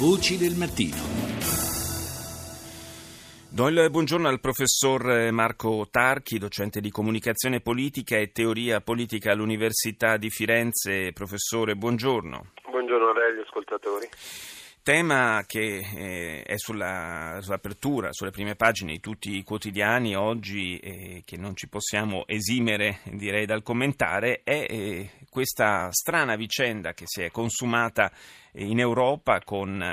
Voci del mattino. Do il buongiorno al professor Marco Tarchi, docente di comunicazione politica e teoria politica all'Università di Firenze. Professore, buongiorno. Buongiorno a lei, gli ascoltatori. Tema che è sull'apertura, sulle prime pagine di tutti i quotidiani oggi, che non ci possiamo esimere, direi, dal commentare, è questa strana vicenda che si è consumata in Europa con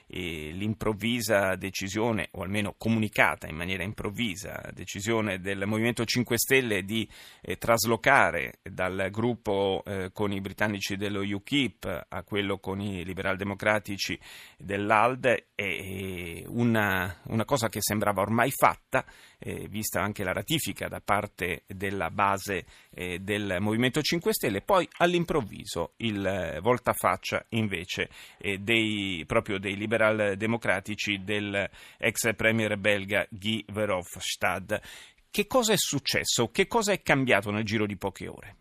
l'improvvisa decisione, o almeno comunicata in maniera improvvisa, decisione del Movimento 5 Stelle di traslocare dal gruppo con i britannici dello UKIP a quello con i liberal-democratici dell'ALDE. È una cosa che sembrava ormai fatta, vista anche la ratifica da parte della base del Movimento 5 Stelle. Poi all'improvviso il voltafaccia invece dei liberal democratici del ex premier belga Guy Verhofstadt. Che cosa è successo? Che cosa è cambiato nel giro di poche ore?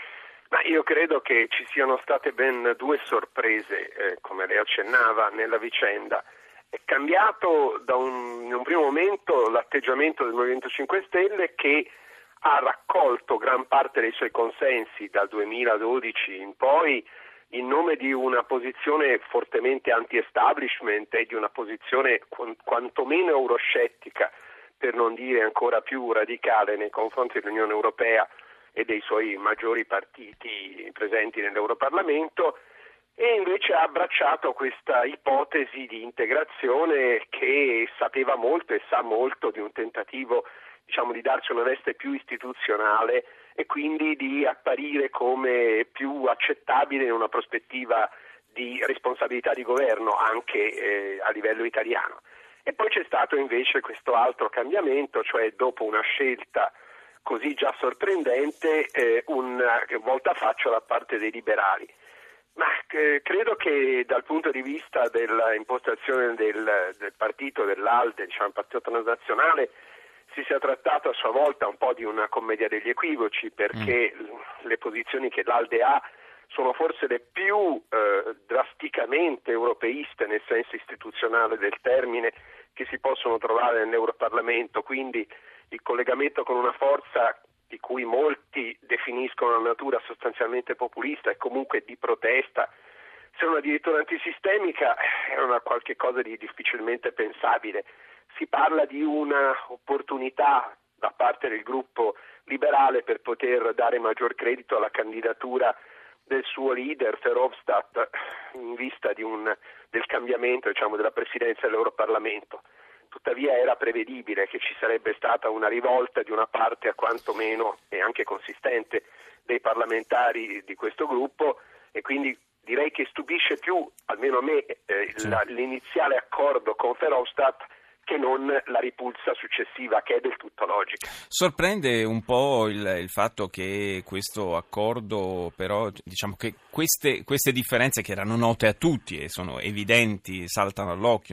Ma io credo che ci siano state ben due sorprese, come lei accennava, nella vicenda. È cambiato in un primo momento l'atteggiamento del Movimento 5 Stelle, che ha raccolto gran parte dei suoi consensi dal 2012 in poi in nome di una posizione fortemente anti-establishment e di una posizione quantomeno euroscettica, per non dire ancora più radicale nei confronti dell'Unione Europea e dei suoi maggiori partiti presenti nell'Europarlamento, e invece ha abbracciato questa ipotesi di integrazione che sapeva molto e sa molto di un tentativo, di darsi una veste più istituzionale e quindi di apparire come più accettabile in una prospettiva di responsabilità di governo anche a livello italiano. E poi c'è stato invece questo altro cambiamento, cioè dopo una scelta così già sorprendente, un voltafaccia da parte dei liberali. Ma credo che dal punto di vista dell'impostazione del partito dell'ALDE, il partito transnazionale, si sia trattato a sua volta un po' di una commedia degli equivoci, perché le posizioni che l'ALDE ha sono forse le più drasticamente europeiste nel senso istituzionale del termine che si possono trovare nell'Europarlamento, quindi il collegamento con una forza di cui molti definiscono la natura sostanzialmente populista e comunque di protesta, se non addirittura antisistemica, è una qualche cosa di difficilmente pensabile. Si parla di una opportunità da parte del gruppo liberale per poter dare maggior credito alla candidatura del suo leader Verhofstadt in vista del cambiamento, della presidenza dell'Europarlamento. Tuttavia era prevedibile che ci sarebbe stata una rivolta di una parte, a quanto meno e anche consistente, dei parlamentari di questo gruppo, e quindi direi che stupisce più, almeno a me, l'iniziale accordo con Verhofstadt che non la ripulsa successiva, che è del tutto logica. Sorprende un po' il fatto che questo accordo, però, che queste differenze che erano note a tutti e sono evidenti, saltano all'occhio,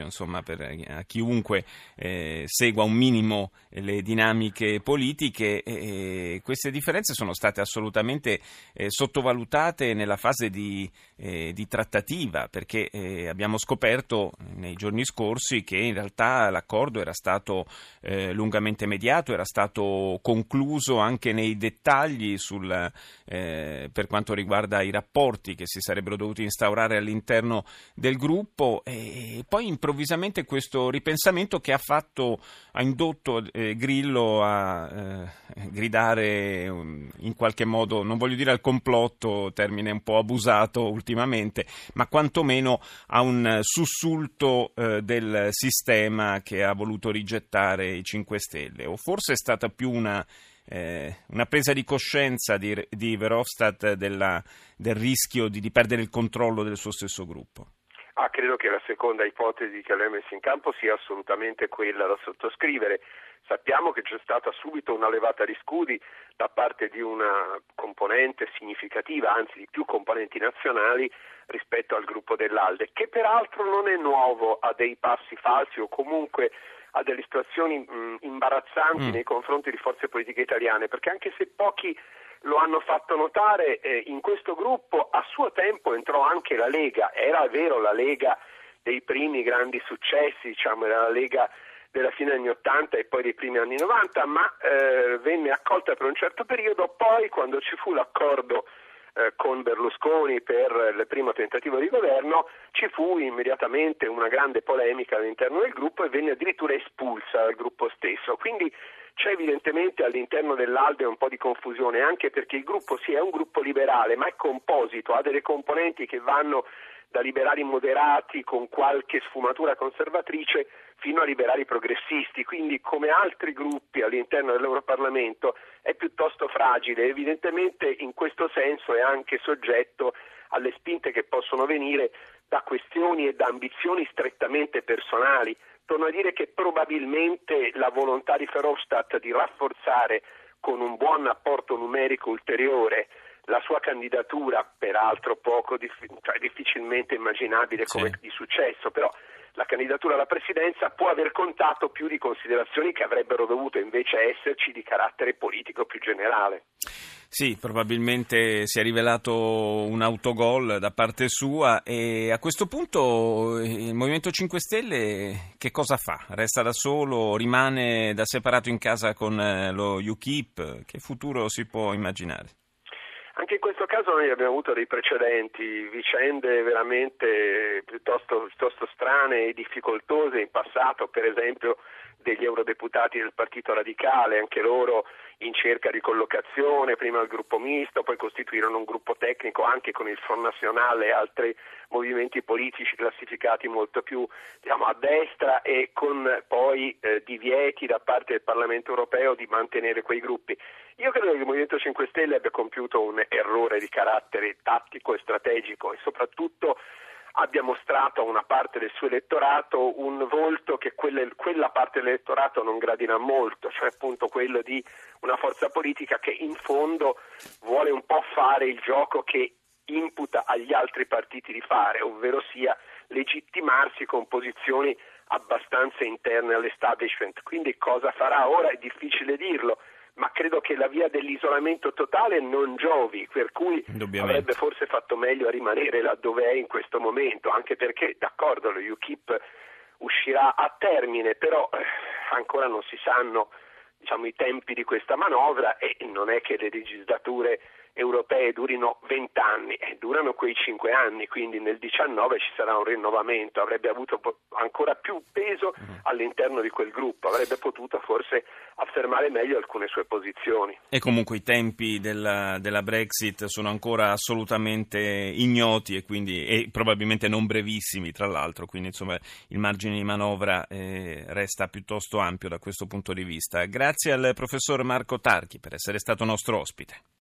a chiunque segua un minimo le dinamiche politiche, queste differenze sono state assolutamente sottovalutate nella fase di trattativa, perché abbiamo scoperto nei giorni scorsi che in realtà l'accordo era stato lungamente mediato, era stato concluso anche nei dettagli per quanto riguarda i rapporti che si sarebbero dovuti instaurare all'interno del gruppo, e poi improvvisamente questo ripensamento che ha indotto Grillo a gridare in qualche modo, non voglio dire al complotto, termine un po' abusato ultimamente, ma quantomeno a un sussulto del sistema che ha voluto rigettare i 5 Stelle, o forse è stata più una presa di coscienza di Verhofstadt del rischio di perdere il controllo del suo stesso gruppo? Credo che la seconda ipotesi che lei ha messo in campo sia assolutamente quella da sottoscrivere. Sappiamo che c'è stata subito una levata di scudi da parte di una componente significativa, anzi di più componenti nazionali, rispetto al gruppo dell'ALDE, che peraltro non è nuovo a dei passi falsi o comunque a delle situazioni imbarazzanti nei confronti di forze politiche italiane, perché anche se pochi lo hanno fatto notare, in questo gruppo a suo tempo entrò anche la Lega. Era vero, la Lega dei primi grandi successi, diciamo, della Lega della fine anni 80 e poi dei primi anni 90, ma venne accolta per un certo periodo. Poi, quando ci fu l'accordo con Berlusconi per il primo tentativo di governo, ci fu immediatamente una grande polemica all'interno del gruppo e venne addirittura espulsa dal gruppo stesso. Quindi c'è evidentemente all'interno dell'ALDE un po' di confusione, anche perché il gruppo è un gruppo liberale, ma è composito, ha delle componenti che vanno da liberali moderati con qualche sfumatura conservatrice fino a liberali progressisti, quindi come altri gruppi all'interno dell'Europarlamento è piuttosto fragile, evidentemente in questo senso è anche soggetto alle spinte che possono venire da questioni e da ambizioni strettamente personali. Torno a dire che probabilmente la volontà di Verhofstadt di rafforzare con un buon apporto numerico ulteriore la sua candidatura, peraltro difficilmente immaginabile come di successo, però la candidatura alla presidenza può aver contato più di considerazioni che avrebbero dovuto invece esserci di carattere politico più generale. Sì, probabilmente si è rivelato un autogol da parte sua e a questo punto il Movimento 5 Stelle che cosa fa? Resta da solo? Rimane da separato in casa con lo UKIP? Che futuro si può immaginare? Anche in questo caso noi abbiamo avuto dei precedenti, vicende veramente piuttosto strane e difficoltose in passato, per esempio degli eurodeputati del Partito Radicale, anche loro in cerca di collocazione, prima il gruppo misto, poi costituirono un gruppo tecnico anche con il Front National e altri movimenti politici classificati molto più a destra e con poi divieti da parte del Parlamento europeo di mantenere quei gruppi. Io credo che il Movimento 5 Stelle abbia compiuto un errore di carattere tattico e strategico e soprattutto abbia mostrato a una parte del suo elettorato un volto che quella parte dell'elettorato non gradirà molto, cioè appunto quello di una forza politica che in fondo vuole un po' fare il gioco che imputa agli altri partiti di fare, ovvero sia legittimarsi con posizioni abbastanza interne all'establishment. Quindi cosa farà ora è difficile dirlo, ma credo che la via dell'isolamento totale non giovi, per cui avrebbe forse fatto meglio a rimanere laddove è in questo momento, anche perché, d'accordo, lo UKIP uscirà a termine, però ancora non si sanno i tempi di questa manovra e non è che le legislature europee durino 20 anni, durano quei 5 anni, quindi nel 19 ci sarà un rinnovamento, avrebbe avuto ancora più peso all'interno di quel gruppo, avrebbe potuto forse affermare meglio alcune sue posizioni. E comunque i tempi della Brexit sono ancora assolutamente ignoti e probabilmente non brevissimi, tra l'altro, quindi insomma il margine di manovra resta piuttosto ampio da questo punto di vista. Grazie al professor Marco Tarchi per essere stato nostro ospite.